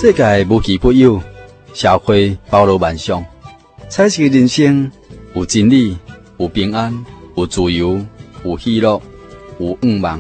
世界无奇不有，社会包罗万象。彩色的人生有真理，有平安，有自由，有喜乐，有愿望。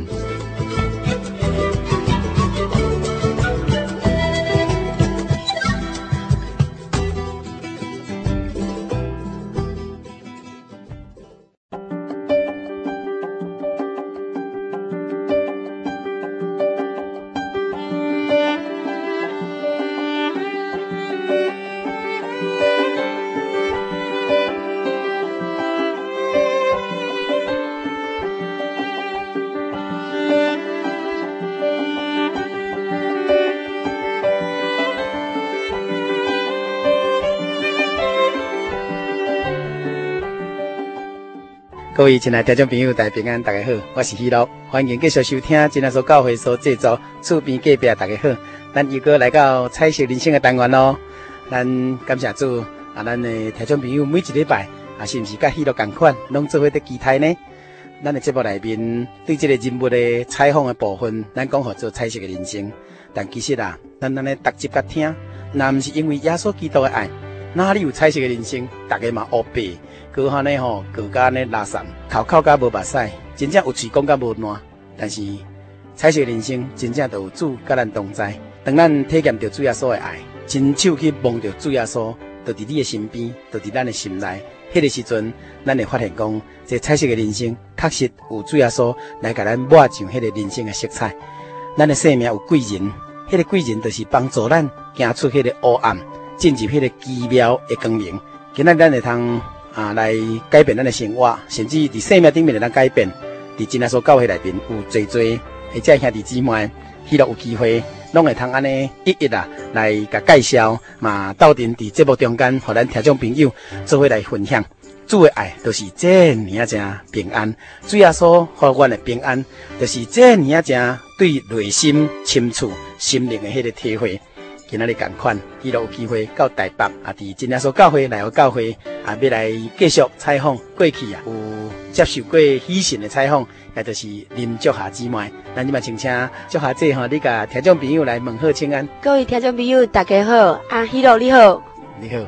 各位亲爱的听众朋友，大家平安，大家好，我是喜乐，欢迎继续收听真耶稣教会所制作厝边隔壁，大家好，咱又搁来到彩色人生的单元咯。咱感谢主咱的听众朋友每一礼拜是不是甲喜乐同款，拢做伙在期待呢？咱的节目内面对这个人物的采访的部分，咱讲好做彩色的人生，但其实咱咧逐集甲听，那不是因为耶稣基督的爱，哪里有彩色的人生？大家嘛黑白。高下呢吼，高甲呢拉散，口甲无目屎，真正有嘴讲甲无烂。但是彩色人生真正就有主甲咱同在。当咱体验到主耶稣的爱，亲手去摸到主耶稣，就伫你的身边，就伫咱的心内。迄个时阵，咱会发现讲，这彩色的人生确实有主耶稣来甲咱抹上迄个人生的色彩。咱的生命有贵人，迄个贵人就是帮助咱行出迄个黑暗，进入迄个奇妙的光明。今仔咱会通来改变咱的生活，甚至伫生命顶面来改变。伫真耶稣教会内面有侪或者兄弟姊妹，希望有机会，拢会通安尼一来甲介绍，嘛斗阵伫节目中间，互咱听众朋友做伙来分享。主的爱就是这尔正平安，主耶稣互阮的平安，就是这尔正对内心深处心灵的迄个体会。今仔日同款，希望有机会到台北伫真耶稣教会来有教会要来继续采访过去有接受过喜讯的采访，也就是林竹霞姊妹。咱即摆请请竹霞姐你甲听众朋友来问好请安。 各位听众朋友大家好，希乐你好。 你好。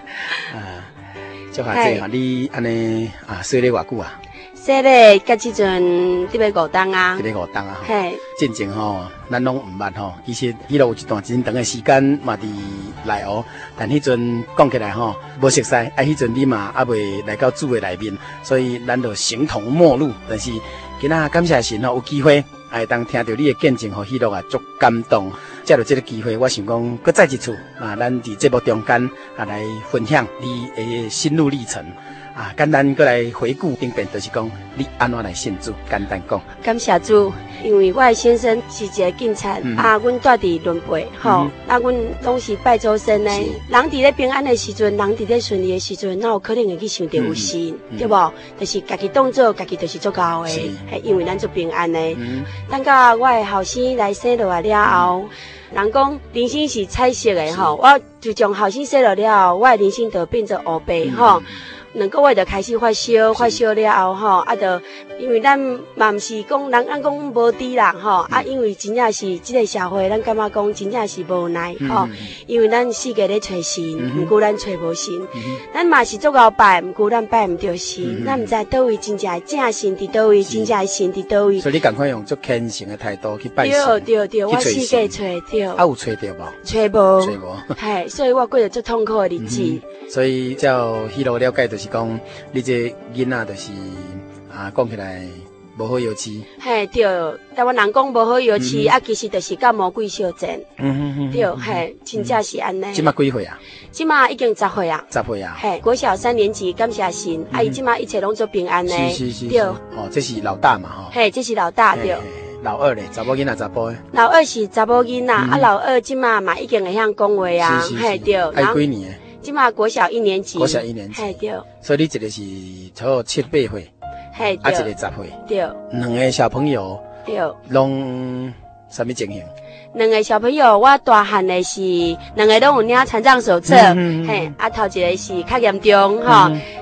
竹霞姐你安尼说咧偌久啊？ 说咧，甲即阵伫咧5冬啊。 伫咧5冬啊。 嘿。 进前咱拢毋捌其实迄落有一段真长的时间嘛伫内湖，但迄阵讲起来无熟悉，迄阵你嘛还未来到主的内面，所以咱就形同陌路。但是今仔感谢神有机会会当听到你的见证，互迄落足感动。借着这个机会，我想讲，搁再一次咱伫节目中间来分享你的心路历程。简单过来回顾顶边，就是讲你安怎来信主？简单讲。 感谢主，因为我的先生是一个警察，阮住伫伦培，阮拢是拜祖先的。人伫咧平安的时阵，人伫咧顺利的时阵，哪有可能会去想到有神，对无？就是家己当做家己就是足够的，因为咱足平安的。等到我的后生来生落来了后，人讲人生是彩色的我就将后生生落了后，我的人生就变做黑白2个月就开始发烧了后就因为咱嘛毋是讲人讲无知啦因为真正是这个社会，咱感觉讲真正是无奈因为咱世界咧找神，毋过咱找无神，咱嘛是足够拜，毋过咱拜毋着神，咱毋知倒位真正正神伫倒位，真正神伫倒位。 所以你赶快用足虔诚的态度去拜神， 对，我世界找着， 有找着无？ 找无，嘿，所以我过着足痛苦的日子。 所以照迄路了解，就是讲你这囡仔就是讲起来无好摇饲。嘿， 对，台湾人讲无好摇饲其实就是甲魔鬼相争。对，嘿，真正是安尼。 即马几岁啊？ 即马已经10岁啊。 10岁啊。 嘿，国小3年级，感谢神，伊即马一切拢做平安的。 是。 对。 这是老大嘛嘿，这是老大对。 老二咧，查某囡仔查甫诶。 老二是查某囡仔，老二即马嘛已经会晓讲话啊。 嘿， 对。 爱几年诶？ 即马国小1年级。 国小1年级。 嘿，对。 所以你一个是差不多7、8岁。 嘿，对。 一个10岁。 对。 两个小朋友。 对。 拢什么情形？ 两个小朋友，我大汉的是两个拢有领残障手册，嘿，头一个是较严重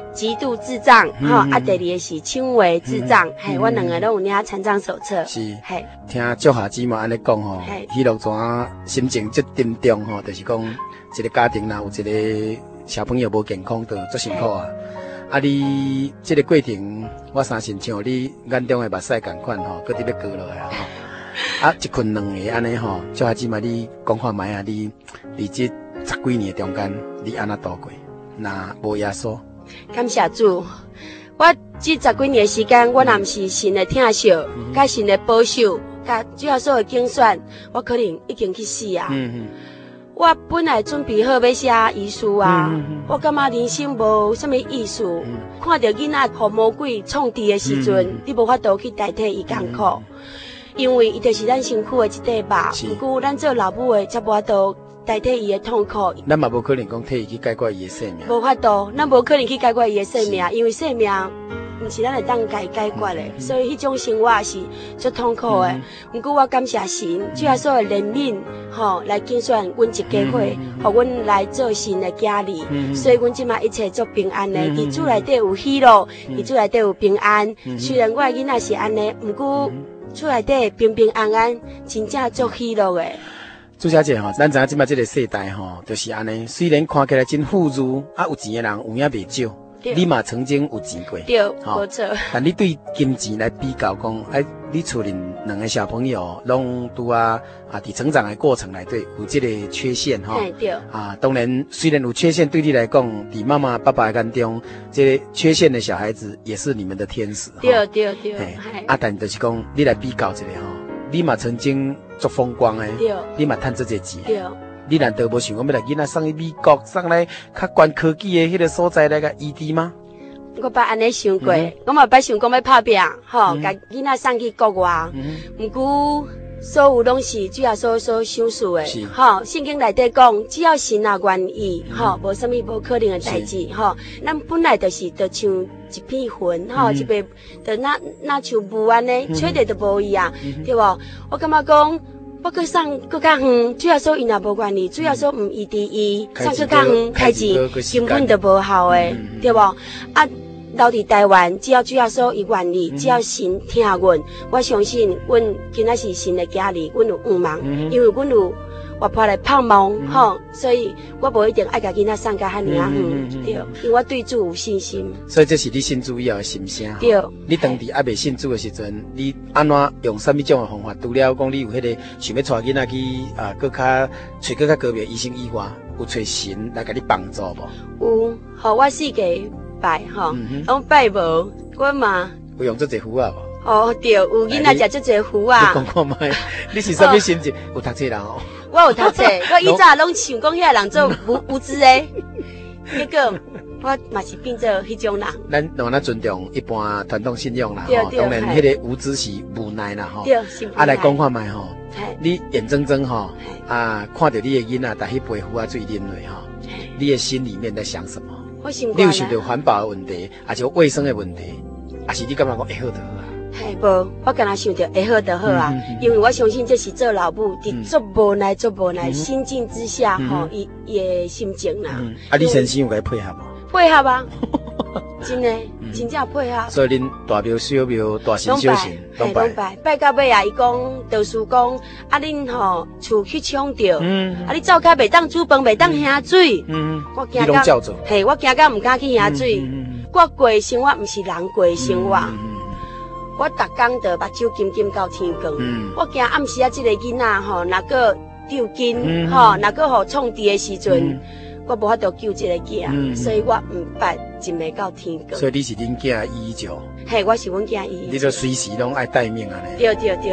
极度智障，第二个是轻微智障，我两个都有领残障手册。 是，听祝下姊妹安尼讲吼，迄落怎心情这沉重吼，就是讲一个家庭若有一个小朋友无健康，就足辛苦啊。你这个过程，我相信像你眼中的目屎同款吼，搁伫要割落来啊吼。一群两个安尼吼，祝下姊妹你讲看卖啊，你这10几年中间，你安怎度过？那无耶稣。 感谢主，我这10几年的时间，我若不是神的疼惜，甲神的保守，甲主要所有竞选，我可能已经去死啊。我本来准备好要写遗书啊，我感觉人生无什么意思。看到囡仔互魔鬼创治的时阵，你无法度去代替伊艰苦，因为伊就是咱身躯的一块肉。不过咱做老母的，才无法度代替伊的痛苦。 咱嘛无可能讲替伊去解决伊的生命。 无法度，咱无可能去解决伊的生命，因为生命毋是咱会当解决的，所以迄种生活是足痛苦的。不过我感谢神，主要所有怜悯，来竞选阮一家伙，互阮来做神的家里，所以阮即马一切足平安的。伫主内底有喜乐，伫主内底有平安。虽然我的囡仔是安尼，不过主内底平平安安，真正足喜乐的。 朱小姐吼，咱知影即马这个世代吼，就是安尼。虽然看起来真富裕，有钱的人有影袂少。你嘛曾经有钱过， 对，没错。 但你对金钱来比较讲，你厝里两个小朋友拢拄伫成长的过程内底有这个缺陷哈。 对。 当然虽然有缺陷，对你来讲，伫妈妈爸爸眼中，这个缺陷的小孩子也是你们的天使。 对。 但就是讲，你来比较一下吼，你嘛曾经足风光的，你嘛赚这些钱。对。你难道无想讲要来囡仔送去美国，送来较高科技的迄个所在来个异地吗？ 我捌安尼想过，我嘛捌想讲要拍拼，甲囡仔送去国外。不过所有拢是主要所想事的，圣经内底讲，只要神也愿意，无啥物无可能的代志，咱本来就像一片云，一片就那像雾安尼，吹得都无伊啊，对无？我感觉讲。我搁送搁较远，主要说伊若无愿意，主要说毋依伫伊，送搁较远开钱根本就无效诶，对无？留伫台湾，只要主要说伊愿意，只要神听阮，我相信阮今仔是神的家里，阮有愿望，因为阮有活泼来盼望，所以我无一定爱甲囡仔送甲遐尔远，对，因为我对主有信心。 所以这是你信主以后的心声。 对。 你当时还未信主的时阵，你安怎用什么种的方法？除了讲你有迄个想要带囡仔去搁较找搁较高明医生以外，有找神来甲你帮助无？ 有，我4个拜拢拜无，我嘛有用这些符啊无？对，有囡仔食这些符啊。 你讲看卖，你是什么心情？有读册人哦。 我有读册，我以前拢想讲遐人做无知诶，结果我嘛是变做迄种人。 咱让咱尊重一般传统信仰啦，当然迄个无知是无奈啦吼。 对， 来讲看卖吼，你眼睁睁吼看到你的囡仔在迄杯壶水啉落吼，你的心里面在想什么？你有想到环保的问题，还是卫生的问题，还是你感觉讲会好就好啊？ 无，我敢若想着会好就好啊，因为我相信这是做老母伫足无奈、心境之下伊的心情啦。 你先生有甲伊配合无？ 配合啊，真的，真正配合。 所以恁大庙、小庙、大神、小神拢拜， 拜到尾啊！伊讲道士讲恁厝去抢着，你走开袂当煮饭，袂当下水。我惊到，我惊到唔敢去下水。我过生活毋是人过生活。我逐工就目睭金金到天光，我惊暗时啊，这个囡仔若个丢筋，若个创治的时阵，我无法度救这个囝，所以我唔捌真袂到天光。 所以你是恁囝医就？ 我是阮囝医。 你就随时拢爱待命啊咧。 对。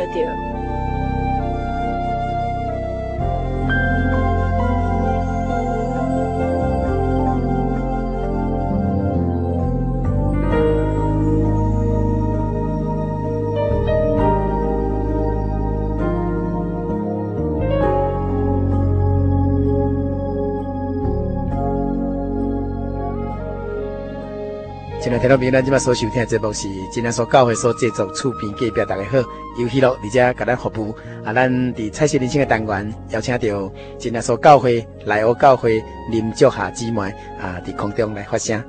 亲爱听众朋友，咱即摆所收听的节目是今仔所教会所制作厝边隔壁大家好，由喜乐而且甲咱服务咱伫彩色人生的单元邀请到今仔所教会来学教会林祝下姊妹伫空中来发声。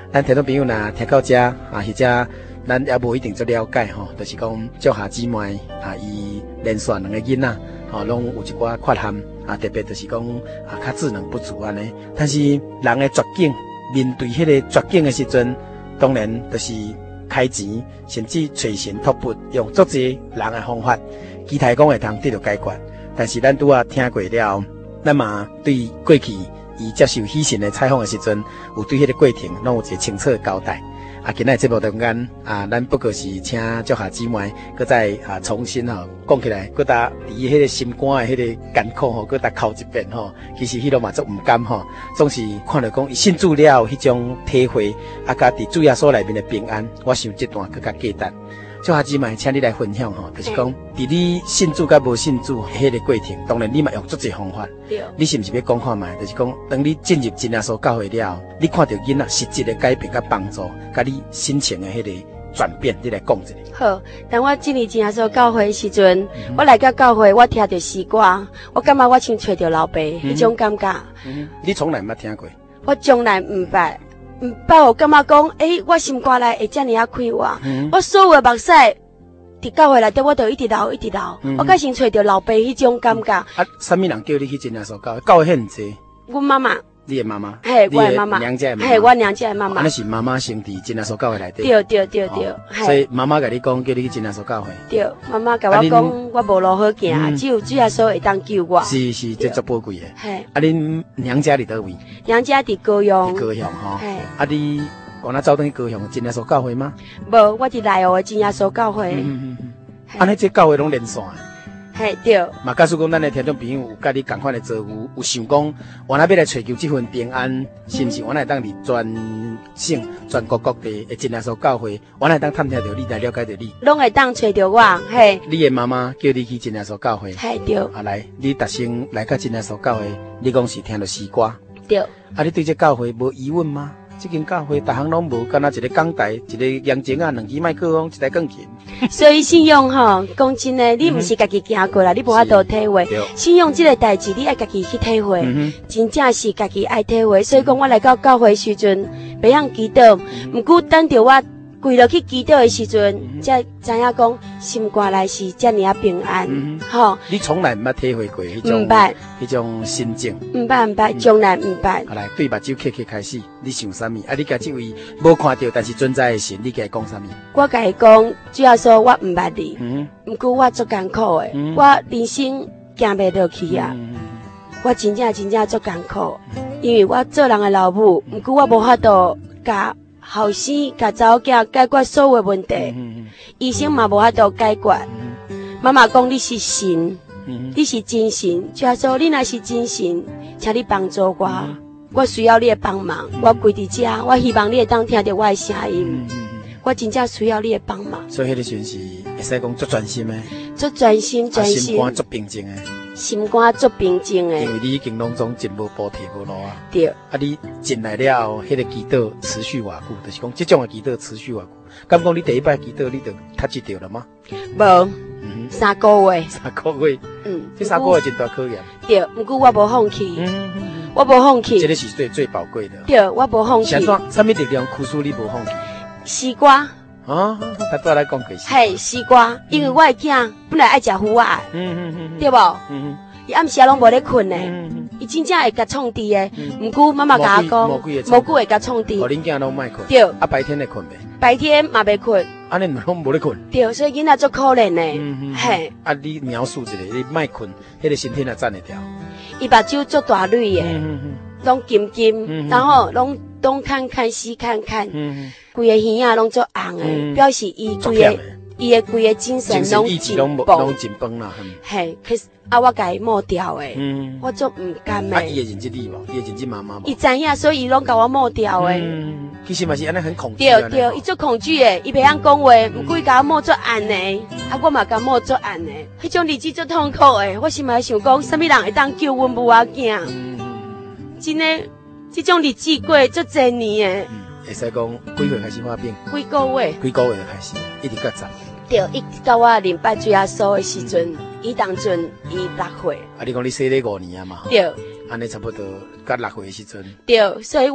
咱听众朋友若听到这啊，或者咱也无一定做了解吼，就是讲足下姊妹啊，伊连续两个囡仔吼，拢有一寡缺陷啊，特别就是讲啊，较智能不足安尼。但是人的绝境，面对迄个绝境的时阵，当然就是开钱，甚至找神托钵，用足侪人的方法，期待讲会通得到解决。但是咱拄啊听过了，咱嘛对过去伊接受喜讯的采访的时阵，有对迄个过程拢有一个清楚的交代。啊，今仔节目中间啊，咱不过是请足下姊妹，搁再重新讲起来，搁搭伫迄个心肝的迄个艰苦搁搭哭一遍其实迄落嘛足毋甘总是看到讲伊信主了迄种体会，啊，甲伫主耶稣内面的平安，我想这段更加简单。足下姊妹，请你来分享就是讲，伫你信主甲无信主迄个过程，当然你嘛用足侪方法。对。你是毋是要讲看卖？就是讲，当你进入真耶稣教会了，你看到囡仔实质的改变甲帮助，甲你心情的迄个转变，你来讲一下。 好，当我进入真耶稣教会的时阵，我来到教会，我听到诗歌，我感觉我像找到老爸迄种感觉。 你从来毋捌听过？ 我从来毋捌。我感觉讲，我心肝内会遮尔开活，我所有的目屎伫教会内底，我都一直流，一直流。我较先找到老爸迄种感觉。 什么人叫你去真耶稣教会？教会很济。 阮妈妈。 你的妈妈？ 嘿，我的妈妈。 娘家的妈妈。 嘿，我娘家的妈妈。 那是妈妈先伫真耶稣教会内底。 对。 所以妈妈甲你讲，叫你去真耶稣教会。 对，妈妈甲我讲，我无路好行，只有主耶稣会当救我。 是，这足宝贵的。 嘿。 恁娘家伫倒位？ 娘家伫高雄。 高雄嘿。你我那走登去高雄真耶稣教会吗？ 无，我伫内湖的真耶稣教会。 安尼这教会拢连线。 嘿，对。 嘛，假使讲咱的听众朋友有甲你同款的遭遇，有想讲我那要来追求这份平安，是毋是我那当伫全全国各地的真耶稣教会，我那当探听到你，来了解到你， 拢会当找到我。嘿。 你的妈妈叫你去真耶稣教会。 嘿，对。 来，你逐生来到真耶稣教会，你讲是听到诗歌。 对。 你对这教会无疑问吗？这间教会，逐项拢无，敢若一个讲台，一个扬前两支麦克风，一台钢琴。 所以信用讲真诶，你毋是家己行过来，你无法度体会。信用这个代志，你爱家己去体会，真正是家己爱体会。所以讲，我来到教会时阵，袂晓祈祷，毋过等到我跪落去祈祷的时阵，才知影讲心肝内是遮尔平安。 你从来毋捌体会过迄种心境。 毋捌，从来毋捌。 来，对目睭刻开始，你想啥物？你甲这位无看到但是存在的神，你甲伊讲啥物？ 我甲伊讲，主要说我毋捌你，毋过我足艰苦的，我人生行袂落去啊。我真正足艰苦，因为我做人的老母，毋过我无法度甲后生、甲查某囝解决所有的问题，医生嘛无法度解决。妈妈讲你是神，你是真神，主要说你若是真神，请你帮助我，我需要你的帮忙。我跪伫遮，我希望你会当听到我的声音。我真正需要你的帮忙。 所以迄个阵是会使讲足专心的， 足专心。 心肝足平静的。 心肝足平静的， 因为你已经拢总真无波提无路啊。 对。 你进来了后，迄个祈祷持续偌久？就是讲这种的祈祷持续偌久？敢讲你第一摆祈祷，你就踏实着了吗？ 无，3个月。 3个月。这3个月真大考验。 对，不过我无放弃。我无放弃。 这个是最宝贵的。 对，我无放弃。 什么力量驱使你无放弃？ 诗歌。 他倒来讲过。 嘿，诗歌，因为我的囝本来爱食腐啊，对无？伊暗时拢无咧困呢，伊真正会甲创治的。毋过妈妈甲我讲，无久会甲创治。 恁囝拢莫困。 对。 白天会困袂？ 白天嘛袂困。 安尼拢无咧困。 对，所以囡仔足可怜的。嘿。 你描述一下，你莫困，迄个身体若站会条。 伊目睭足大蕊的，拢金金，然后拢东看看西看看，规个耳仔拢足红的，表示伊规个精神拢紧绷啦。 嘿，可是我甲伊抹掉的，我足毋甘的。 伊会认识你无？伊会认识妈妈无？ 伊知影，所以伊拢甲我抹掉的。 其实嘛是安尼很恐惧。 对，伊足恐惧的，伊袂晓讲话，毋过伊甲我抹足暗的，我嘛甲抹足暗的，迄种日子足痛苦的。我心内想讲，啥物人会当救阮母仔囝？真的，这种日子过足侪年的。 会使讲几岁开始发病？ 几个月就开始，一直到10。 对，一直到我临拜主耶稣的时阵，伊当阵伊6岁。 你讲你生了5年啊嘛？ 对。 安尼差不多到6岁的时阵。 对，所以我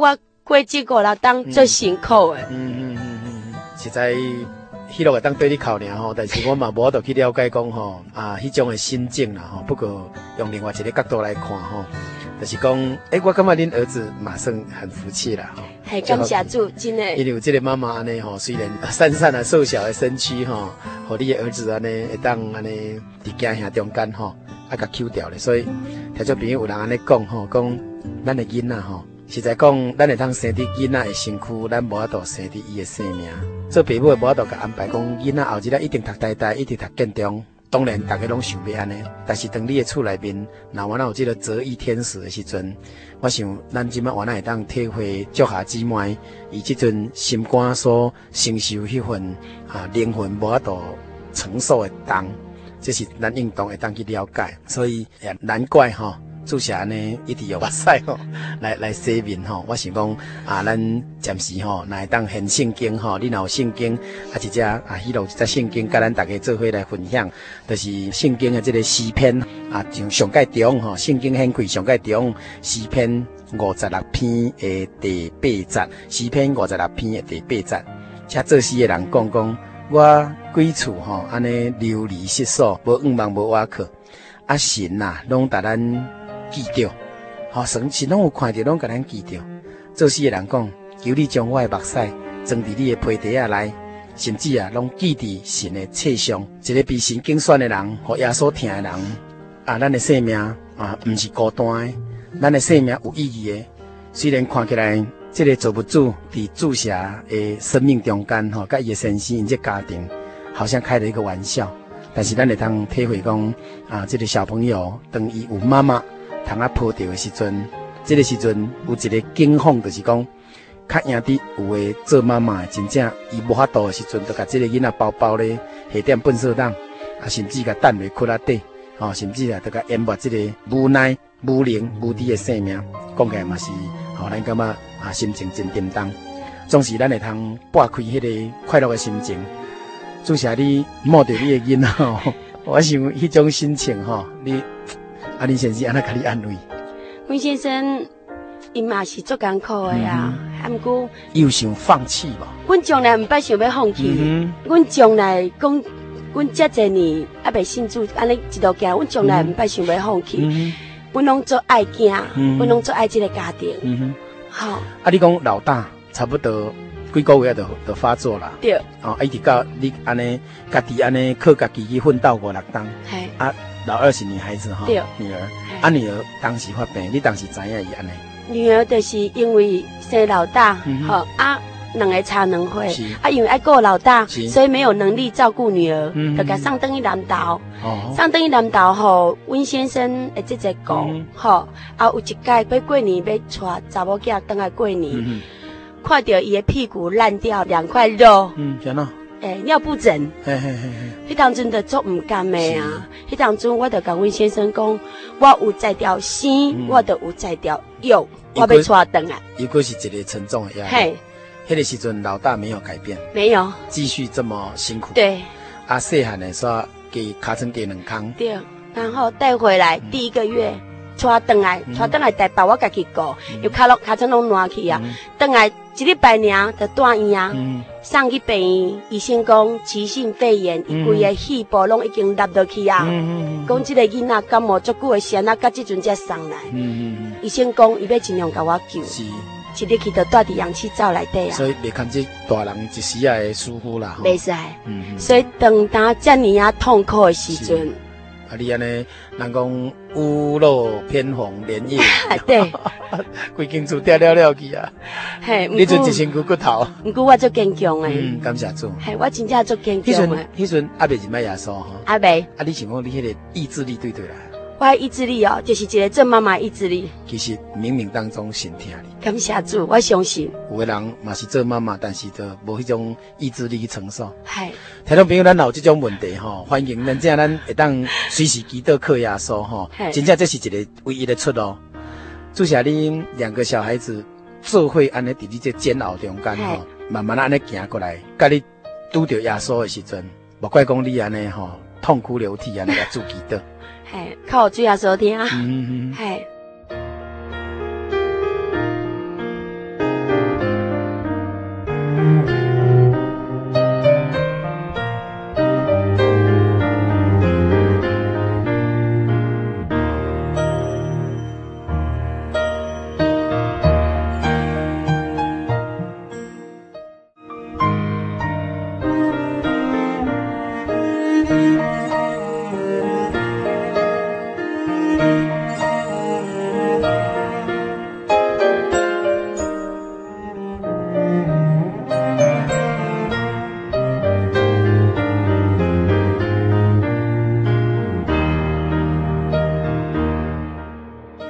过7-5天最辛苦的。 实在迄落会当对你靠尔吼，但是我嘛无法度去了解讲吼迄种的心境啦吼。不过用另外一个角度来看吼，就是讲我感觉恁儿子马算很服气啦吼。 系感谢主，真的。 因为有这个妈妈安尼吼，虽然散散啊瘦小的身躯吼，和你的儿子安尼会当安尼伫家兄中间吼，甲抽掉咧。所以听众朋友有人安尼讲吼，讲咱的囡仔吼，实在讲咱会当生伫囡仔的身躯，咱无法度生伫伊的生命。做父母的无法度甲安排讲囡仔后日一定读台大，一定读建中。当然，大家拢想要安尼，但是当你的厝内面，若我有这个择一天使的时阵，我想咱即摆我会当体会足下姊妹，以这阵心肝所承受迄份灵魂无法度承受的重，这是咱应当会当去了解。所以也难怪吼。主席呢，一直用目屎吼来洗面吼。我想讲咱暂时吼，若会当献圣经吼，你若有圣经一只迄落一只圣经，甲咱大家做伙来分享，就是圣经的这个诗篇像上界中吼，圣经显开上界中诗篇56篇的第8节，诗篇56篇的第8节，且做诗的人讲，我几处吼安尼流离失所，无仰望无瓦靠，神拢甲咱。记着，神拢有看着，拢甲咱记着。做事的人讲，求你将我的目屎装伫你的皮袋仔内，甚至拢记伫神的册上。一个被神拣选的人，和耶稣听的人，咱的生命毋是孤单的，咱的生命有意义的。虽然看起来，这个造物主伫主写的生命中间，甲伊的先生，因这家庭，好像开了一个玩笑。但是咱会当体会讲，这个小朋友当伊有妈妈。通抱着的时阵，这个时阵有一个警方，就是讲，较兄弟有诶做妈妈的，真正伊无法度的时阵，就甲这个囡仔包咧下点粪扫桶，甚至甲等落窟仔底，甚至就甲淹没这个无奈、无灵、无知的生命，讲起来嘛是，咱感觉心情真沉重。总是咱会通拨开迄个快乐的心情。主席你摸着你的囡仔我想迄种心情你。林先生安怎甲你安慰？ 阮先生，伊嘛是足艰苦的啊，毋过有想放弃无？ 阮从来毋捌想要放弃，阮从来讲，阮遮侪年未信主，安尼一路行，阮从来毋捌想要放弃，阮拢做爱囝，阮拢做爱这个家庭。好， 你讲老大差不多几个月就发作啦？ 对。 一直到你安尼家己安尼靠家己去奋斗5-6冬。 嘿。 老二是女孩子对， 女儿。女儿当时发病，你当时知影伊安尼？ 女儿就是因为生老大，两个差2岁，因为爱顾老大，所以没有能力照顾女儿，就甲送等去南投。送等去南投后，阮先生会直接讲，有一届要过年要带查某囝等来过年，看到伊的屁股烂掉2块肉。尿布疹，迄当阵就足唔甘的啊！迄当阵我就甲阮先生讲，我有在条生，我就有在条肉，我要带回来。 如果是一个沉重的压力， 嘿， 迄个时阵老大没有改变， 没有继续这么辛苦。 对， 细汉的时候给卡成给2空。 对，然后带回来第1个月。带回来台北我家己顾，又卡层拢烂去啊！回来1礼拜尔就住院啊，送去病院，医生讲急性肺炎，伊规个肺部拢已经凹落去啊。讲这个囡仔感冒足久的时啊，到这阵才送来。医生讲伊要尽量甲我救，一日去就带伫氧气罩内底啊。 所以袂堪这大人一时啊会疏忽啦。 袂使，所以当遮尔痛苦的时阵。 你安尼，人讲屋漏偏逢连夜雨， 对， 规间厝掉了去啊！ 嘿， 你阵一身骨头， 不过我足坚强诶。 感谢主。 嘿，我真正足坚强诶。 迄阵还未入买耶稣吼。 还未。 你想讲你迄个意志力对啦？ 我的意志力就是一个做妈妈意志力。 其实冥冥当中神听你。 感谢主，我相信。 有个人嘛是做妈妈，但是就无迄种意志力去承受。 系。 听众朋友，咱有这种问题欢迎咱会当随时祈祷靠耶稣真正这是一个唯一的出路。注下恁2个小孩子做伙安尼伫你这煎熬中间慢慢安尼行过来，甲你拄着耶稣的时阵，莫怪讲你安尼痛哭流涕安尼来做祈祷。 嘿，靠主耶稣听。嘿。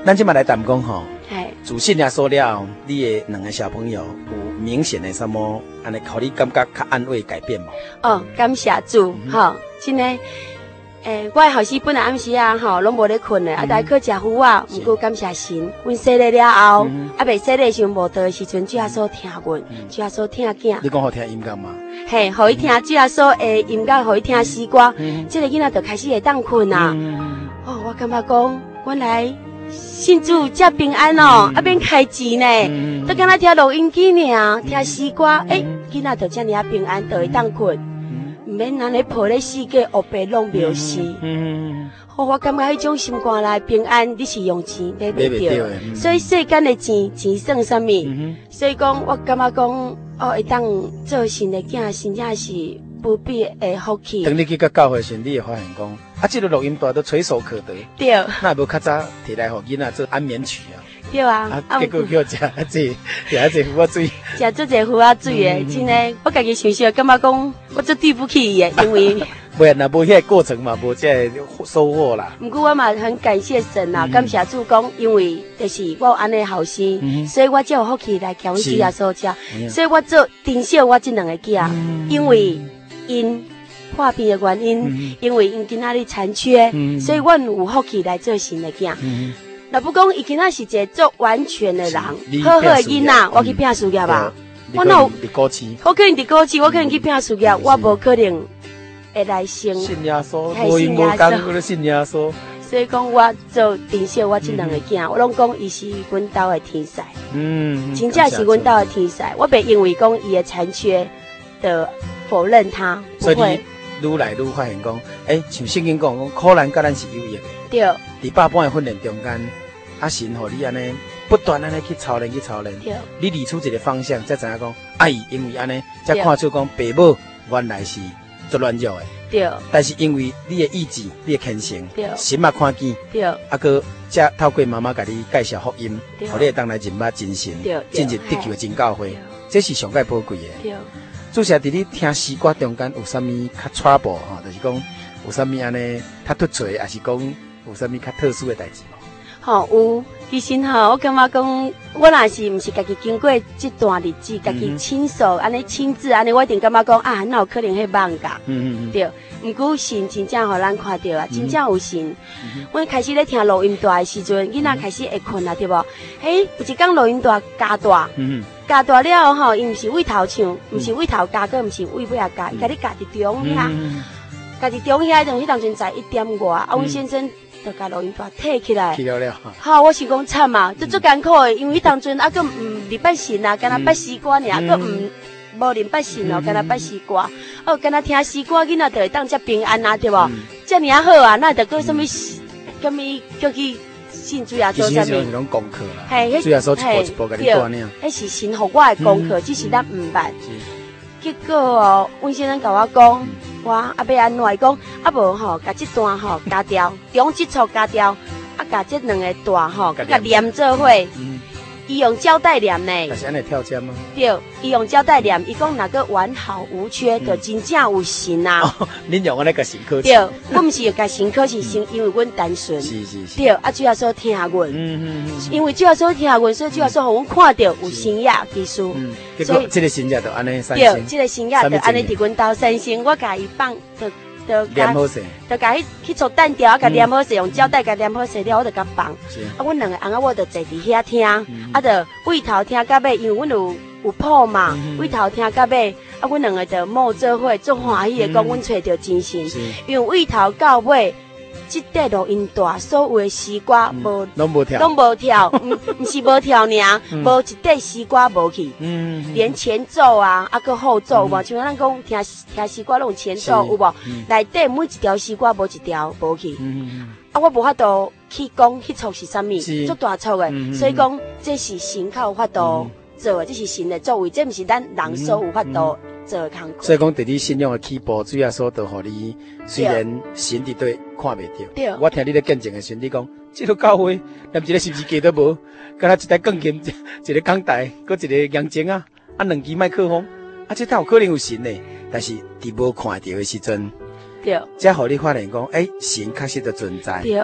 咱即马来谈讲吼， 嘿， 自信耶稣了后，你的两个小朋友有明显的什么安尼，互你感觉较安慰改变吗？ 哦，感谢主，吼，真诶。我的后生本来暗时啊，吼，拢无咧困咧，大家去食糊啊。毋过感谢神，阮洗礼了后，未洗礼时无倒的时阵，主耶稣听阮，主耶稣听囝。 你讲好听音乐吗？ 嘿，互伊听主耶稣的音乐，互伊听诗歌，这个囡仔就开始会当困啊。哦，我感觉讲，原来信主遮平安哦，免开钱呢，都敢若听录音机尔，听诗歌，囡仔就遮尔平安，就会当困。唔免安尼抱咧世界黑白拢藐视，我感觉迄种心肝内平安，你是用钱买袂到，所以世间的钱算什么？所以讲，我感觉讲，会当做神的囝，真正是不必的福气。 等你去到教会时，你会发现讲，这个录音带都垂手可得， 对， 那无较早摕来互囡仔做安眠曲啊。 对啊， 结果叫食一壶啊水， 食做一壶啊水的，真的，我家己想想，感觉讲我做对不起伊的，因为不然无迄个过程嘛，无这收获啦。 不过我嘛很感谢神啦，感谢主公，因为就是我有安尼后生，所以我才有福气来强主耶稣遮，所以我做珍惜我这两个囝，因为因破病的原因，因为因今仔日残缺，所以阮有福气来做神的囝。若不讲伊今仔是一个做完全的人，好好的囡仔，我去拼事业吧。 我哪有伫股市？ 我可能伫股市，我可能去拼事业，我无可能会来信。 信耶稣，无因无讲，我咧信耶稣。 所以讲，我做珍惜我这两个囝，我拢讲伊是阮兜的天才。真正是阮兜的天才。我袂因为讲伊的残缺的否认他，不会。 愈来愈发现讲，像圣经讲，苦难甲咱是有益的。 对。 伫百般的训练中间，神互你安尼不断安尼去操练，你理出一个方向，才知影讲，因为安尼，才看出讲爸母原来是做软弱的。 对。 但是因为你的意志，你的虔诚，神嘛看见。 对。 佮才透过妈妈甲你介绍福音，互你会当来认捌真神，进入得救的真教会，这是上界宝贵的。对。主要伫你听诗歌中间有啥物较 trouble 吼，就是讲有啥物安尼较突出，还是讲有啥物较特殊的代志无？ 吼有，其实吼，我感觉讲，我若是毋是家己经过这段日子，家己亲手安尼亲自安尼，我一定感觉讲啊，哪有可能迄放假？对。毋过神真正互咱看到啊，真正有神。阮开始咧听录音带的时阵，囡仔开始会困啊，对无？有一天录音带加大，加大了吼，伊毋是位头唱，毋是位头加，佮毋是位尾啊加，伊甲你加伫中遐，加伫中遐，迄当阵才1点外，啊，阮先生就甲录音带摕起来。 去了。 好，我是讲惨啊，足艰苦的，因为迄当阵啊，佮毋礼拜神啊，敢若拜诗歌尔，佮无啉捌神哦，敢若捌诗歌，敢若听诗歌，囡仔就会当遮平安啊，对无？遮尔好啊，那着搁什么？什么叫去信主耶稣啥物？ 其实是种功课啦，主耶稣一步一步甲你锻炼。 迄是神互我的功课，只是咱毋捌。结果哦，阮先生甲我讲，我要安怎讲？无吼，甲这段吼加掉，中这撮加掉，甲这两个段吼，甲连做伙。伊用胶带连呢， 但是安尼跳针吗？ 对，伊用胶带连，伊讲哪个完好无缺，就真正有神啊！ 恁用安尼甲神考试？ 对，我毋是要甲神考试，是因为阮单纯。 是。 对，主要说听阮。因为主要说听阮，所以主要说互阮看到有神业技术。 结果这个神业就安尼三星。对，这个神业就安尼伫阮兜三星，我甲伊放就黏好势， 就甲去做蛋条，甲黏好势，用胶带甲黏好势了，我就甲放。阮两个翁仔我就坐伫遐听，就尾头听到尾，因为阮有谱嘛，尾头听到尾，阮两个就冒做伙，做欢喜的讲，阮找着真神，因为尾头到尾。即块录音带所有的诗歌拢无跳， 毋是无跳尔，无一块诗歌无去，连前奏啊，搁后奏有无？像咱讲听诗歌拢有前奏有无？内底每一条诗歌无一条无去，我无法度去讲迄撮是啥物，足大撮的，所以讲这是神较有法度做的，这是神的作为，这毋是咱人所有法度。 所以讲，伫你信仰的起步，主要说都互你，虽然神伫对看袂到，我听你咧见证的时，你讲，这个教会，连一个十字架都无，敢若一台钢琴，一个讲台，搁一个扬声啊，2支麦克风，这才有可能有神呢。但是伫无看到的时阵，才互你发现讲，神确实的存在。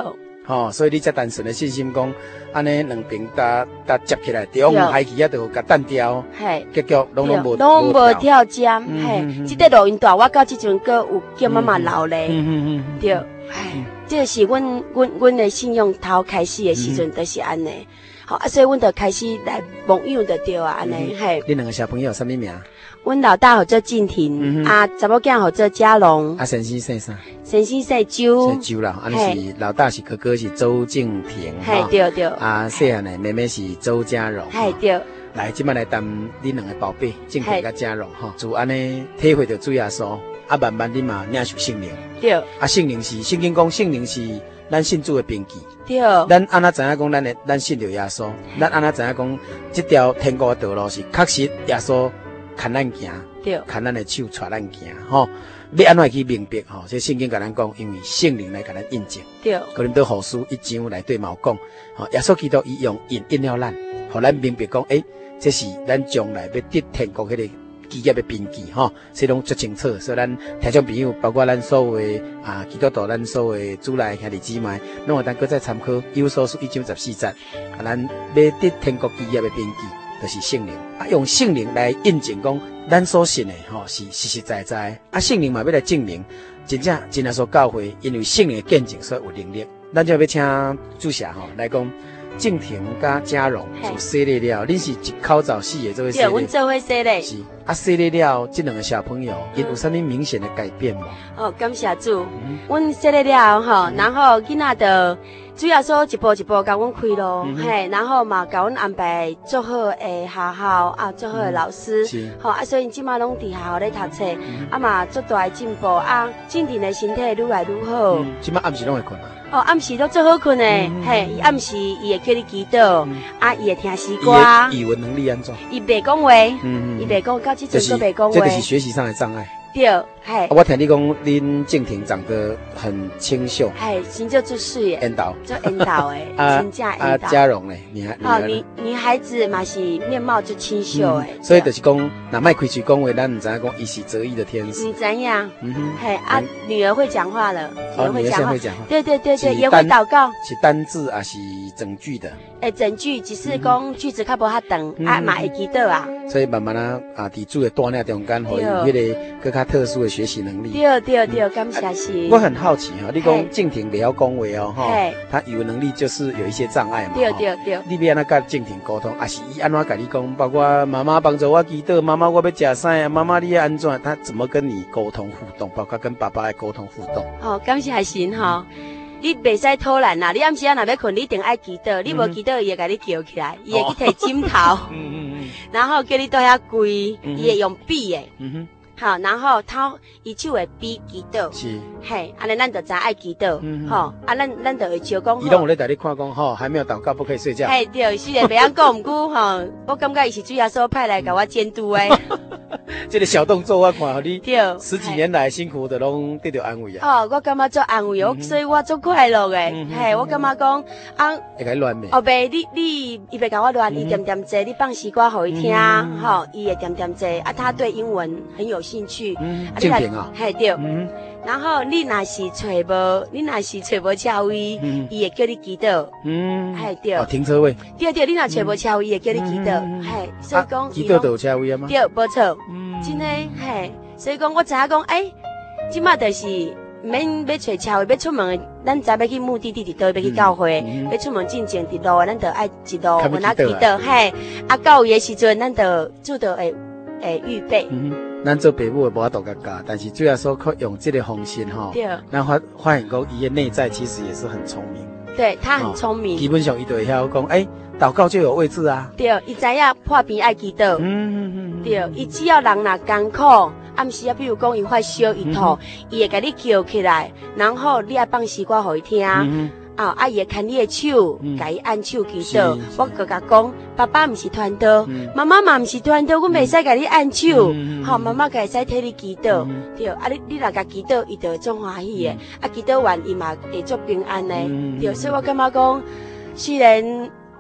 所以你才单纯的信心讲，安尼两边搭接起来，对方海起啊，就甲弹掉，结局拢无跳针，这个录音带我到即阵个有叫妈妈留咧，对，这是阮的信用头开始的时阵，就是安尼。好啊，所以阮就开始来梦想就对啊，安尼嘿。 你两个小朋友什么名？ 阮老大号做静婷，查某囝号做嘉龙。 先生姓啥？ 先生姓周。姓周啦，安尼是老大是哥哥是周静婷， 嘿对对。 细汉的妹妹是周嘉荣， 嘿对。 来，即摆来谈你两个宝贝静婷甲嘉荣哈，就安尼体会到主耶稣，慢慢你嘛领受圣灵。对。圣灵是圣经讲圣灵是。咱信主的凭据，对，咱安怎知影讲咱信着耶稣，咱安怎知影讲这条天国的道路是确实耶稣牵咱行，对，牵咱的手带咱行，要安怎去明白这圣经甲咱讲，因为圣灵来甲咱印证，对，哥林多后书1章内底嘛有讲，耶稣基督伊用印了咱，互咱明白讲，这是咱将来要得天国迄个基业的凭据这拢足清楚，所以咱听众朋友，包括咱所有的基督徒，咱所有的主内兄弟姊妹，拢有当搁再参考《以弗所书》1章14节，咱要得天国基业的凭据，就是圣灵用圣灵来印证讲咱所信的是实实在在圣灵嘛要来证明，真正真耶稣教会因为圣灵的见证，所以有能力。咱就要请主席来讲。静婷甲嘉荣就洗礼了，恁是一口罩死的做伙洗礼。 对，阮做伙洗礼。 是洗礼了，这两个小朋友，因有啥物明显的改变吗？ 感谢主，阮洗礼了然后囡仔就主要说一步一步甲阮开路，然后嘛甲阮安排做好的学校做好的老师，所以即马拢伫学校咧读册，嘛足大的进步静婷的身体愈来愈好。 即马暗时拢会困吗？ 暗时都最好困诶，伊暗时伊会叫你祈祷，伊会听诗歌。 语文能力安怎？ 伊袂讲话，伊袂讲，到即阵都袂讲话。 这就是学习上的障碍。 对， 我听你讲，恁静婷长得很清秀， 成就最水诶， 缘投， 做缘投诶，真正缘投。 嘉荣咧， 女孩子嘛是面貌就清秀诶， 所以就是讲，若莫开嘴讲话，咱唔知影讲伊是择一的天使。 你怎样？女儿会讲话了， 女儿会讲话， 对，也会祷告， 是单字还是整句的？ 整句只是讲句子较无遐长，嘛会记得啊。 所以慢慢伫主的带领中间，会有迄个更加特殊的学习能力。 对，感谢是。 我很好奇你讲静婷不要讲话她语文能力就是有一些障碍嘛。对。你要安怎跟静婷沟通？还是伊安怎跟你讲？包括妈妈帮助我祈祷，妈妈我要吃啥？妈妈你要安怎？她怎么跟你沟通互动？包括跟爸爸的沟通互动？ 感谢神你袂使偷懒啦！你暗时若要困，你一定爱祈祷。你无祈祷，伊会甲你叫起来，伊会去摕枕头，然后叫你倒遐跪，伊会用笔诶。好，然后伊手会比祈祷，是，安尼咱就知爱祈祷，咱就会照讲。 伊拢有咧带你看讲还没有祷告不可以睡觉。 对，虽然袂晓讲，毋过我感觉伊是主耶稣派来甲我监督诶。 这个小动作我看你10几年来辛苦的拢得到安慰啊！ 我感觉做安慰所以我做快乐诶。我感觉讲会甲乱咩？ 袂，伊袂甲我乱，伊点点坐，你放诗歌互伊听，伊会点点坐。他对英文很有兴趣。 静婷对。然后你若是找无车位，伊会叫你祈祷。对。 停车位。 对，你若找无车位，伊会叫你祈祷。所以讲祈祷都有车位啊吗？ 对，无错。真诶，所以讲我知影讲，即马就是免要找车位，要出门，咱知要去目的地伫倒，要去教会，要出门进前伫路，咱就爱一路问祈祷。到有诶时阵，咱就做到会预备。 咱做父母的无法度甲教，但是主要说靠用这个方式咱发现讲伊的内在其实也是很聪明。 对，他很聪明。 基本上伊就会晓讲，祷告就有位置啊。 对，伊知影破病爱祈祷。对，伊只要人若艰苦，暗时比如讲伊发烧、伊吐，伊会甲你叫起来，然后你爱放诗歌互伊听。伊会牵你的手，甲伊按手祈祷。我佮甲讲，爸爸毋是传道，妈妈嘛毋是传道，阮袂使甲你按手。妈妈会使替你祈祷。对，你若甲祈祷，伊就会足欢喜的。祈祷完伊嘛会足平安的。对，所以我感觉讲，虽然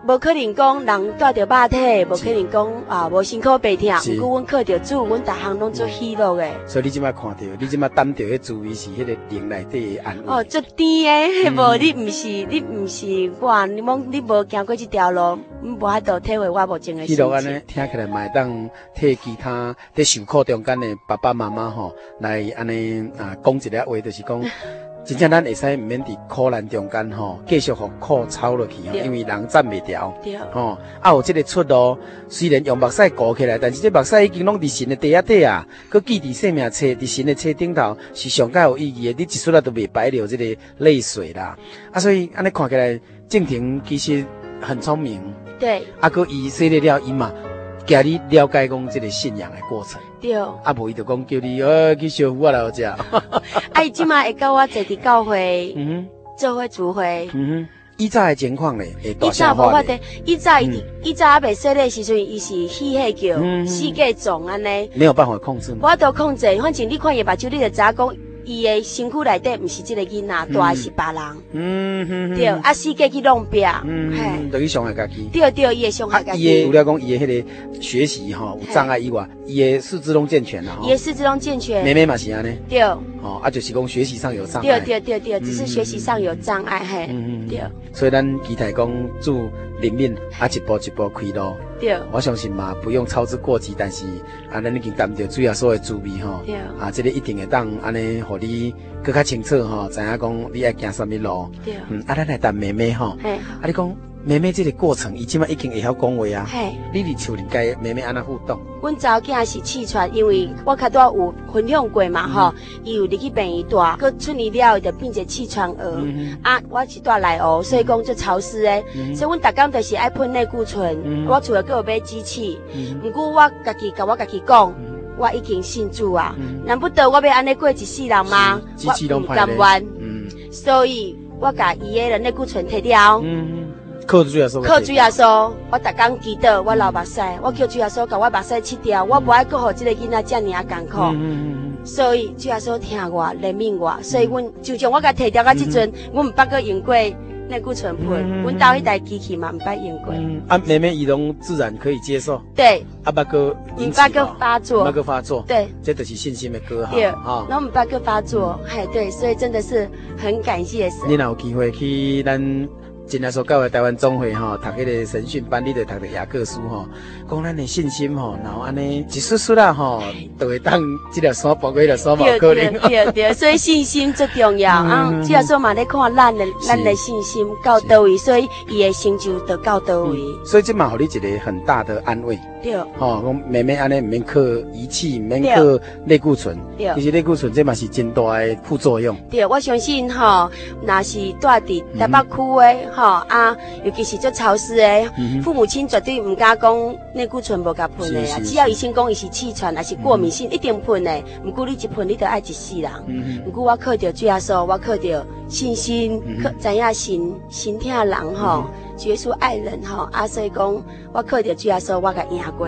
无可能讲人带着肉体，无可能讲无辛苦白疼。不过阮靠着主，阮逐项拢做喜乐的。 所以你即摆看到，你即摆担着迄滋味是迄个灵内底的安慰。 哦，足甜的，无你毋是我，你无行过这条路，无法度体会我目前的心情。 迄落安尼听起来嘛会当替其他在受苦中间的爸爸妈妈吼来安尼讲一个话，就是讲。真正咱会使毋免伫苦难中间吼，继续互苦操落去吼，因为人站袂牢。吼，有这个出路，虽然用目屎顾起来，但是这目屎已经拢伫神的地底啊，佮记伫生命册伫神的册顶头是上介有意义的。你一出来都袂白流这个泪水啦。所以安尼看起来，正廷其实很聪明。 对。 佮伊说了伊嘛。教你了解讲这个信仰的过程， 对， 无伊就讲叫你去烧火来食。 伊即马会教我坐伫教会，做伙聚会。 以早的情况咧，会大声化的。以早还袂洗的时阵，伊是喜气叫，世界总安尼， 没有办法控制。 我都控制，反正你看伊目睭，你就知影讲。伊的身躯内底毋是这个囡仔，大的是别人。对，世界去弄壁。 就去伤害家己。 对，伊会伤害家己。 除了讲伊的迄个学习吼有障碍以外，伊的四肢拢健全啦。 伊的四肢拢健全。 妹妹嘛是安尼。 对。 就是讲学习上有障碍。 对，只是学习上有障碍嘿。对。 所以咱期待讲主灵敏一步一步开路。 对。 我相信嘛，不用操之过急，但是咱已经担着主耶稣的滋味吼。 对。 这个一定会当安尼。互你更较清楚吼，知影讲你爱行什么路。 对。 咱来谈妹妹吼。你讲妹妹这个过程，伊即马已经会晓讲话啊。你伫厝里甲妹妹安怎互动？ 阮查某囝是气喘，因为我较早有分享过嘛吼，伊有入去病院住，佮出院了就变成气喘儿。我是住内湖，所以讲就潮湿诶。所以阮逐工就是爱喷类固醇。我厝内佫有买机器，毋过我家己讲。我已经信主啊，难不得我要安尼过一世人吗？我唔甘愿，所以我甲伊的内固醇摕掉。 靠主耶稣，我逐工祈祷，我流目屎，我叫主耶稣甲我目屎切掉，我无爱搁互即个囡仔遮尔艰苦。所以主耶稣听我，怜悯我，所以阮就像我甲摕掉到即阵，阮毋捌搁用过内固醇喷，阮兜迄台机器嘛毋捌用过。 妹妹伊拢自然可以接受。 对。 捌搁毋捌搁发作。 捌搁发作。 对。 这就是信心的歌哈。 对。拢毋捌搁发作，对，所以真的是很感谢神。 你若有机会去咱真耶稣教会台湾总会吼，读迄个神训班，你得读着雅各书吼，讲咱的信心吼，然后安尼一丝丝啦吼，就会当这条山爬过迄条山嘛可能。 对，所以信心最重要。主耶稣嘛咧看咱的信心到倒位，所以伊的成就就到倒位。 所以这嘛，互你一个很大的安慰。 对。 讲妹妹安尼唔免靠仪器，唔免靠类固醇。 对。 其实类固醇这嘛是真大的副作用。 对，我相信吼，若是住伫台北区的。尤其是做潮湿的，父母亲绝对唔敢讲内固醇无甲喷的啊！只要医生讲伊是气喘还是过敏性，一定喷的。不过你一喷，你就爱一世人。不过我靠着主耶稣，我靠着信心，知影心疼人吼，主耶稣爱人吼，所以讲我靠着主耶稣，我甲赢过。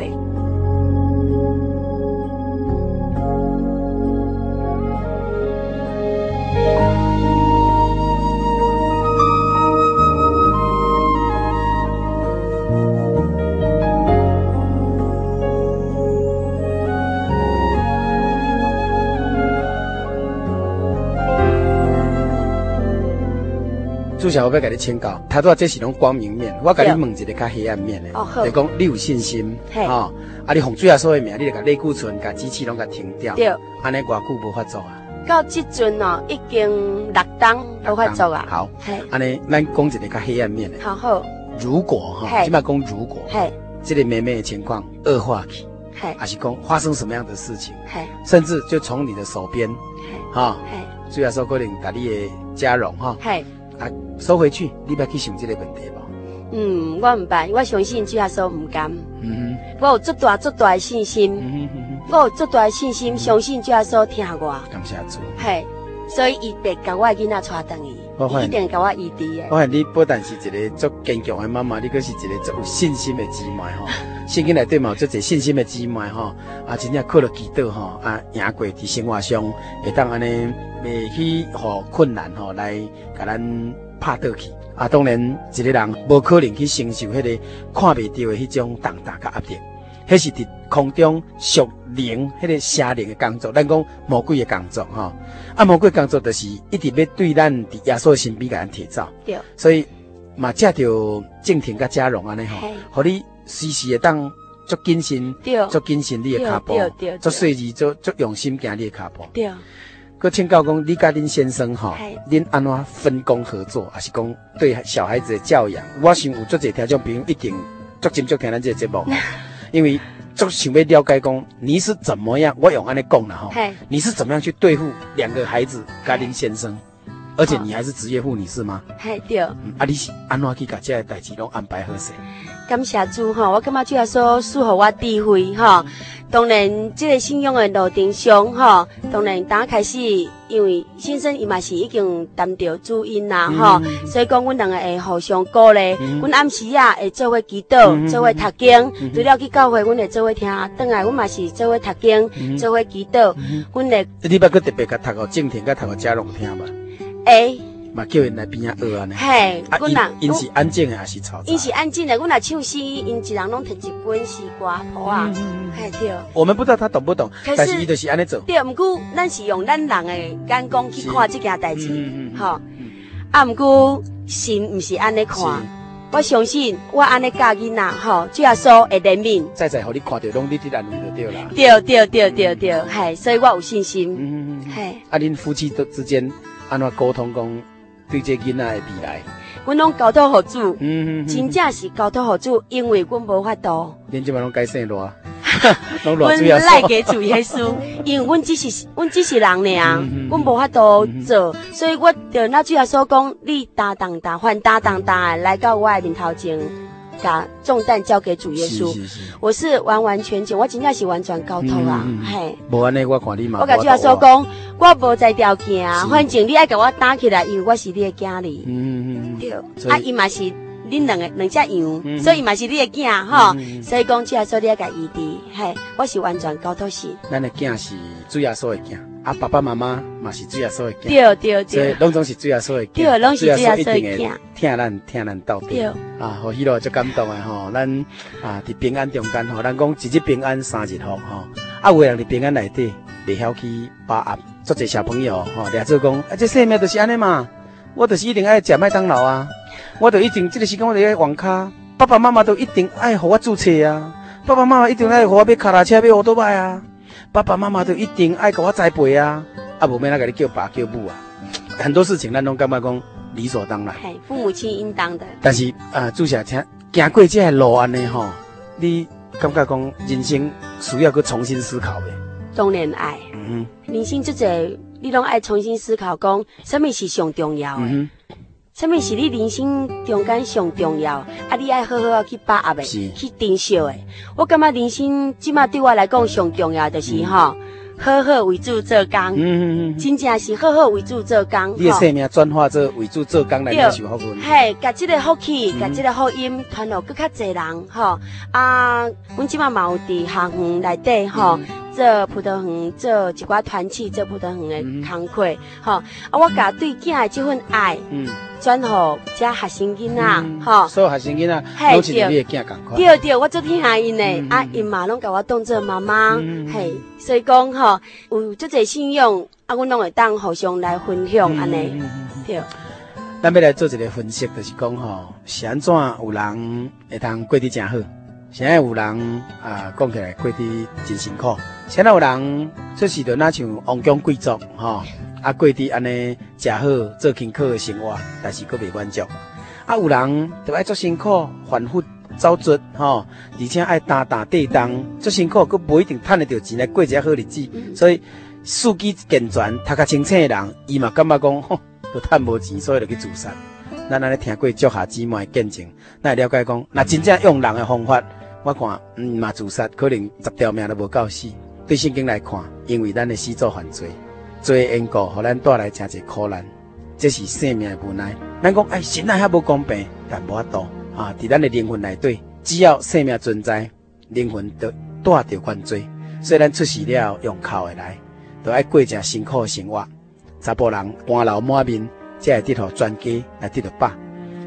主小我要甲你请教，头拄这是拢光明面，我甲你问一个较黑暗面的，就讲你有信心，你奉主耶稣的名，你就甲类固醇、甲机器拢甲停掉，安尼偌久无法做啊？ 到即阵已经6档无法做啊。 好，安尼咱讲一个较黑暗面的。 好。如果即摆讲如果，这个妹妹的情况恶化去，还是讲发生什么样的事情，甚至就从你的手边，主耶稣可能甲你的家荣收回去，你要去想这个问题无？ 我唔捌，我相信主耶稣唔甘。我有足大的信心，我有足大的信心，相信主耶稣听我。 感谢主。 所以伊别甲我囡仔带回去，伊一定甲我医治的。 我看你不但是一个足坚强的妈妈，你阁是一个足有信心的姊妹吼。圣经内底嘛有足侪信心的姊妹吼，真正靠了祈祷吼，赢过伫生活上会当安尼，袂去互困难吼来甲咱拍倒去， 啊，当然一个人无可能去承受迄个看袂到的迄种重担甲压力，迄是伫空中属灵迄个邪灵的工作，咱讲魔鬼的工作吼。啊，魔鬼的工作就是一直要对咱伫耶稣身边甲咱提走， 对， 所以嘛借着正庭甲嘉荣安尼吼，互你时时会当足谨慎，足谨慎你的脚步，足细致，足用心行你的脚步。 对。 佮请教讲，你甲恁先生吼，恁安怎分工合作，还是讲对小孩子的教养？我想有足侪听众朋友一定足深足听咱这个节目，因为足想要了解讲你是怎么样，我用安尼讲啦吼，你是怎么样去对付2个孩子甲恁先生，而且你还是职业妇女是吗？ 对。 啊，你是安怎去甲这个代志拢安排好势？ 感谢主吼，我感觉主要说赐予我智慧吼。当然，这个信仰的路程上吼，当然刚开始，因为先生伊嘛是已经担着主因啦吼，所以讲阮2个会互相鼓励。阮暗时啊会做伙祈祷，做伙读经，除了去教会，阮会做伙听。转来，阮嘛是做伙读经，做伙祈祷。阮会。 你捌佮特别甲读互正庭，甲读互嘉荣听吧？嘛叫因来边仔学安尼。 嘿， 阮人因是安静的还是嘈杂？ 因是安静的，阮若唱诗，因一人拢摕一本诗歌谱啊。嘿，对。 我们不知道他懂不懂，但是伊就是安尼做。 对，毋过咱是用咱人的眼光去看这件代志，吼。啊，毋过神毋是安尼看，我相信我安尼教囡仔，吼，主要说会怜悯。 在互你看到拢你伫安尼就对啦。 对，嘿，所以我有信心。嘿。 啊，恁夫妻之间安怎沟通讲？对这囡仔的未来， 阮拢交托互主，真正是交托互主，因为阮无法度。 恁即摆拢改姓偌， 阮赖给主耶稣，因为阮只是人尔，阮无法度做，所以我就那主要所讲，你大胆来到我的面头前。把重担交给主耶稣，我是完完全全，我真正是完全交托啊，嘿。 无安尼，我看你嘛。 我甲主要所讲，我无在条件，反正你爱甲我打起来，因为我是你的囝儿。对。啊，伊嘛是恁两只羊，所以嘛是你的囝吼。所以讲，主要说你爱甲伊治，嘿，我是完全交托神。 咱的囝是主耶稣的囝。啊，爸爸妈妈嘛是主耶稣的囝，对， 所以拢总是主耶稣的囝， 对，拢是主耶稣的囝， 听咱到底，啊，好，迄落足感动的吼，咱啊伫平安中间吼，咱讲一日平安3日福吼，啊，有人伫平安内底袂晓去把握，足侪小朋友吼，掠做讲，啊，这生命就是安尼嘛，我就是一定爱食麦当劳啊，我就一定这个时间我就爱网咖，爸爸妈妈都一定爱互我注册啊，爸爸妈妈一定爱互我买脚踏车买奥多麦啊。爸爸妈妈都一定爱给我栽培啊，啊，无免那个你叫爸叫母啊，很多事情咱拢感觉讲理所当然。 嘿，父母亲应当的。 但是主持听行过这个路安尼吼，你感觉讲人生需要去重新思考呗？ 当然爱。人生这个你拢爱重新思考，讲什么是上重要的？什么是你人生中间上重要？啊，你爱好好去把握的，去珍惜的。我感觉人生即马对我来讲上重要的是吼，好好为主做工。真正是好好为主做工。 你的生命转化做为主做工来领受福分。 嘿，甲这个福气，甲这个福音传落更较侪人吼。啊，阮即马嘛有伫学园内底吼。做葡萄园，做一寡团契，做葡萄园的工课，吼啊！我甲对囝的这份爱，转互遮学生囡仔，吼， 所有学生囡仔拢是你的囝共款。 对，我做听因的，啊，因嘛拢甲我当做妈妈，嘿，所以讲吼，有足侪信仰，啊，阮拢会当互相来分享安尼，对。 咱要来做一个分析，就是讲吼，是安怎有人会通过得真好？现在有人讲起来过得真辛苦。现在有人做时就那像王公贵族吼，过得安尼食好做轻巧的生活，但是佫袂满足。有人就爱做辛苦，反复走卒吼，而且爱担地动，做辛苦佫无一定赚得到钱来过一个好日子。所以四肢健全、读较清醒的人，伊嘛感觉讲，都赚无钱，所以就去自杀。咱安尼听过足下姊妹的见证，咱会了解讲，若真正用人的方法。我看，嘛自杀可能10条命都无够死。对圣经来看，因为咱的始祖犯罪，罪的因果，互咱带来真侪苦难，这是生命的无奈。咱讲，神啊，遐无公平，但无法度啊！伫咱的灵魂内底，只要生命存在，灵魂就带着犯罪。所以咱出世了，用靠的来，都爱过真辛苦的生活。查甫人搬老满面，才会得到全家来得到饱。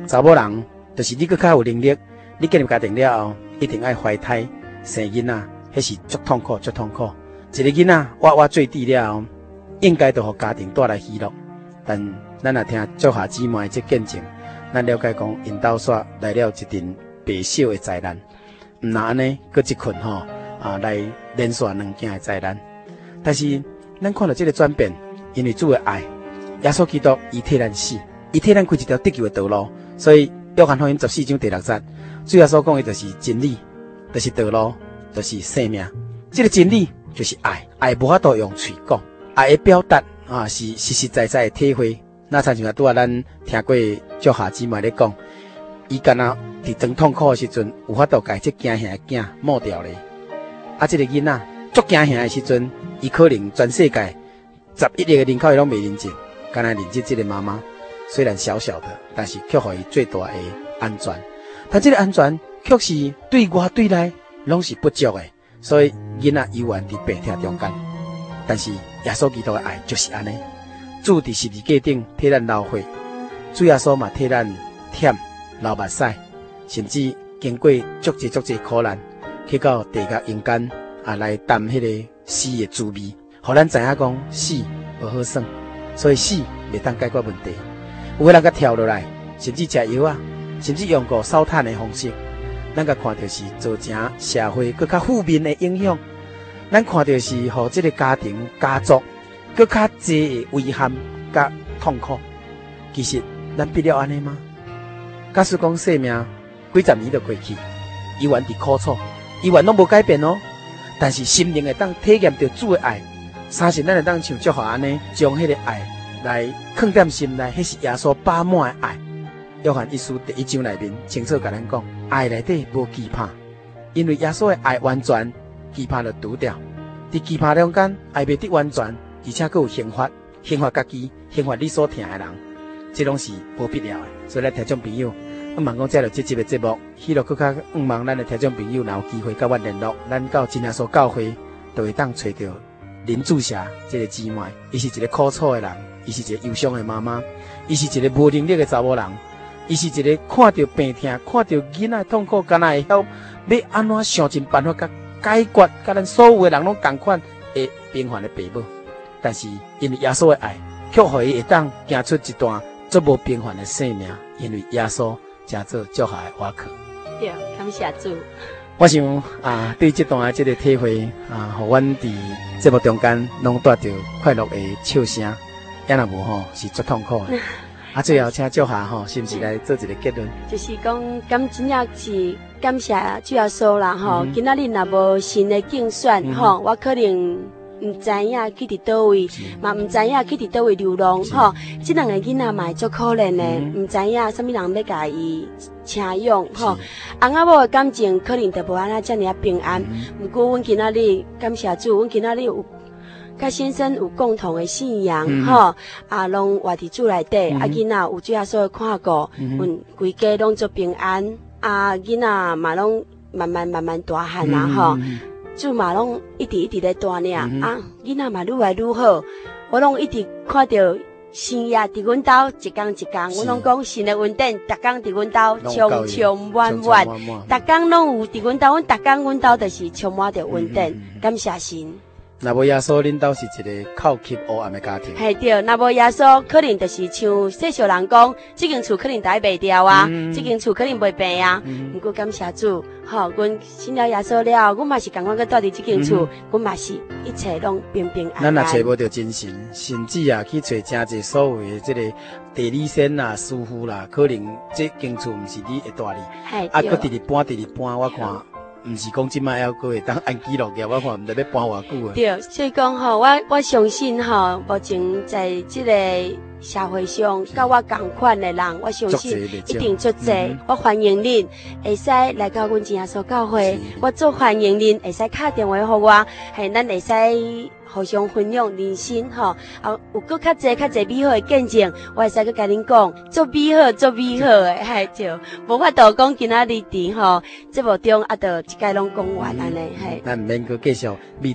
查某人就是你更较有能力，你建立家庭了后，一定爱怀胎生囡仔，迄是足痛苦，足痛苦。一个囡仔娃坠地了后，应该就互家庭带来喜乐，但咱也听足下姊妹这见证，咱了解讲因兜煞来了一阵白小的灾难，毋那安尼，搁一群来连续2件的灾难。但是咱看到这个转变，因为主的爱，耶稣基督伊替咱死，伊替咱开一条得救的道路。所以约翰福音14章第6节，主耶稣讲的就是真理，就是道路，就是生命。这个真理就是爱，爱无法度用嘴讲，爱的表达是实实在在的体会。那亲像拄仔咱听过足下姊妹咧讲，伊敢若伫当痛苦的时阵，有法度甲这惊吓的囝抹掉咧。这个囡仔足惊吓的时阵，伊可能全世界11亿个人口伊拢袂认真，敢若认真这个妈妈，虽然小小的，但是却予伊最大的安全。但这个安全却是对外对内拢是不足的，所以囡仔犹原伫病痛中间。但是耶稣基督的爱就是安尼，主伫十字架顶替咱流血，主耶稣嘛替咱舔流目屎，甚至经过足济苦难，去到地狱阴间来担迄个死的滋味，互咱知影讲死无好耍，所以死袂当解决问题。有个人甲跳落来，甚至食药甚至用过烧炭的方式，咱甲看到是造成社会更较负面的影响。咱看到是互这个家庭、家族更较济的遗憾甲痛苦。其实咱必了安尼吗？假使讲生命几十年就过去，依然伫苦楚，依然拢无改变哦。但是心灵会当体验到主的爱，相信咱会当像足好安尼，将迄个爱来放在心内，迄是耶稣饱满的爱。约翰一书第1章内面清楚甲咱讲，爱内底无惧怕，因为耶稣的爱完全，惧怕就除掉。伫惧怕中间，爱袂得完全，而且佫有刑罚家己，刑罚你所疼的人，这拢是无必要的。所以咱听众朋友，我望讲这集的节目，希望佫较望咱的听众朋友，若有机会甲我联络，咱到真耶稣教会，就会当找到林志霞这个姊妹，伊是一个苦楚的人，伊是一个忧伤的妈妈，伊是一个无能力的查某人，伊是一个看到病痛、看到囡仔痛苦，敢若会晓要安怎想尽办法甲解决，甲咱所有的人拢同款的平凡的爸母。但是因为耶稣的爱，却互伊会当行出一段足无平凡的生命，因为耶稣真做足下的瓦壳。 对，感谢主。 我想对这段这个体会互阮伫节目中间拢带着快乐的笑声，也若无是足痛苦的。最后请足下是毋是来做一个结论？就是讲， 真正是感谢主耶稣啦今仔日若无新的竞选我可能唔知影去伫倒位，嘛唔知影去伫倒位流浪这两个囡仔嘛会足可怜的，唔知影什么人要甲伊请用翁仔某的感情可能就无安那遮尔平安。不过阮今仔日感谢主，阮今仔日有甲先生有共同的信仰拢活伫主内底囡仔有主耶稣的看顾，阮规家拢足平安囡仔嘛拢慢慢大汉主嘛拢一直咧带领囡仔嘛愈来愈好，我拢一直看到生意伫阮兜一天，我拢讲神的恩典，逐工伫阮兜充充满满，逐工拢有伫阮兜，逐工阮兜就是充满着恩典，感谢神。 若无耶稣，恁兜是一个哭泣黑暗的家庭。 系对，若无耶稣，可能就是像世俗人讲，这间厝可能大卖掉这间厝可能袂平不过感谢主，阮信了耶稣了，阮嘛是共款去住伫这间厝，阮嘛是一切拢平平安安。 咱也找无着真神，甚至去找真济所有的这个地理先啦、师傅啦，可能这间厝毋是你会住哩，佫直搬，我看。毋是讲即摆还佫会当安记录个，我看毋知要搬偌久啊。 对，所以讲我相信目前在即个社会上，甲我同款的人，我相信一定足侪。我欢迎恁会使来到阮真耶稣教会，我足欢迎恁会使打电话互我，咱会使互相分享人生有佫较侪美好的见证，我会使佫甲恁讲，足美好的，就无法度讲今仔日伫节目中就一概拢讲完安尼， 咱毋免佫继续秘伫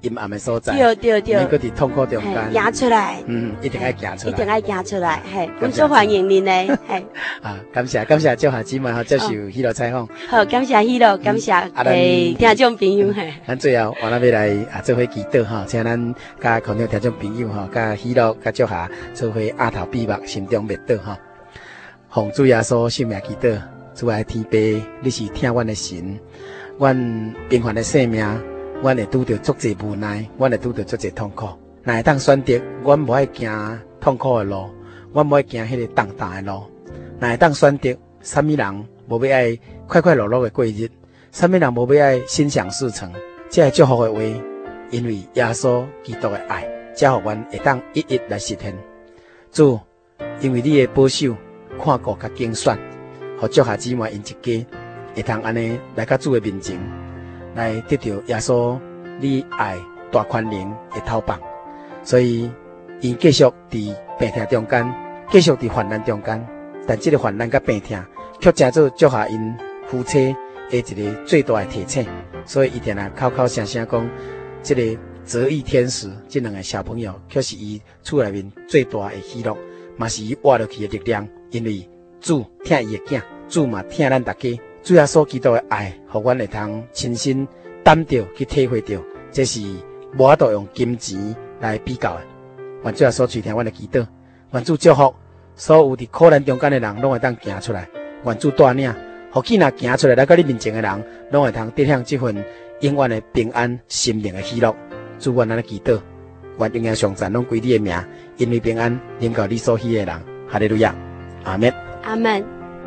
阴暗的所在， 对， 免搁伫痛苦中间行出来， 一定要行出来， 一定要行出来，嘿，阮做欢迎您呢，嘿， 感谢少下姊妹接受迄落采访， 好，感谢迄落，感谢听众朋友嘿， 咱最后我们要来做伙祈祷哈，请咱甲空中听众朋友哈，甲喜乐甲少下做伙额头闭目，心中默祷哈，奉主耶稣圣名祈祷，主爱天父，你是听阮的神，阮平凡的生命。阮会拄到足侪无奈，阮会拄到足侪痛苦。若会当选择，阮无爱行痛苦的路，阮无爱行迄个重担的路。若会当选择，啥物人无要爱快快乐乐的过日，啥物人无要爱心想事成。这祝福的话，因为耶稣基督的爱，才互阮会当一一来实现。主，因为你的保守、看顾甲拣选，互祝下姊妹因一家会当安尼来到主的面前。来得到耶稣你爱大宽容的透放，所以因继续伫病痛中间，继续伫患难中间，但这个患难甲病痛却成做祝下因夫妻的一个最大的提醒，所以一定来口口声声讲，这个择义天使这两个小朋友却是伊厝内面最大的喜乐，嘛是伊活落去的力量，因为主疼伊的囝，主嘛疼咱大家。主耶稣基督的爱，互阮会通亲身感到去体会到，这是无法度用金钱来比较的。愿主耶稣垂听阮的祈祷，愿主祝福所有伫苦难中间的人，拢会当行出来。愿主带领，互去若行出来来到你面前的人，拢会通得享这份永远的平安、心灵的喜乐。主愿咱的祈祷，愿荣耀上赞拢归你的名，因为平安能够你所喜的人。哈利路亚，阿门， 阿门。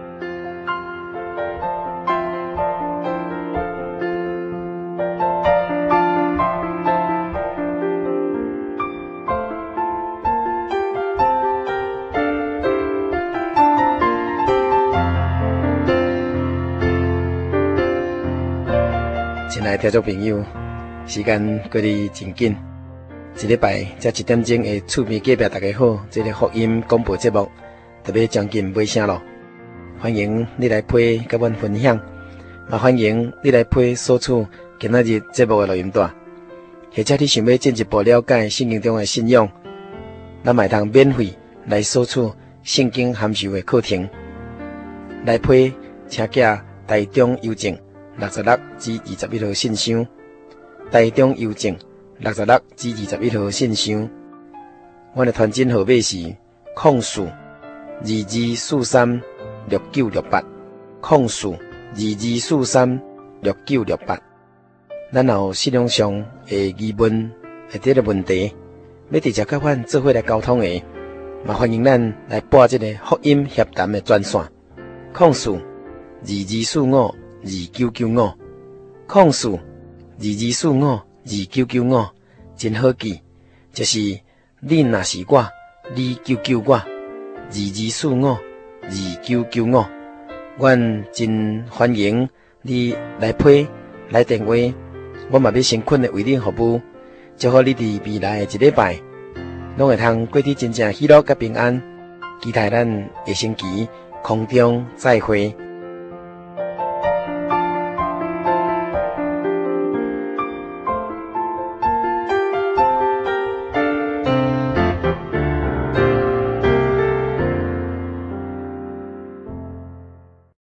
亲爱的听众朋友，时间过得真紧，一礼拜才1点钟的厝边隔壁大家好，这个福音广播节目特别将近尾声咯。欢迎你来陪甲阮分享，也欢迎你来陪索取今仔日节目的录音带，或者你想要进一步了解圣经中的信仰，咱会通免费来索取圣经函授的课程，来陪请寄台中邮政66至21号信箱，台中邮政66至21号信箱。我的传真号码是0422436968，0422436968。咱有信仰上的疑问或者个问题，要直接甲阮做伙来沟通的，嘛欢迎咱来拨这个福音协谈的专线，0422452995，0422452995，真好记，就是你若是我，你救救我，22452995。阮真欢迎你来批来电话，我嘛要诚恳的为你服务，祝福你伫未来的一礼拜，拢会通过得真正喜乐甲平安。期待咱下星期空中再会。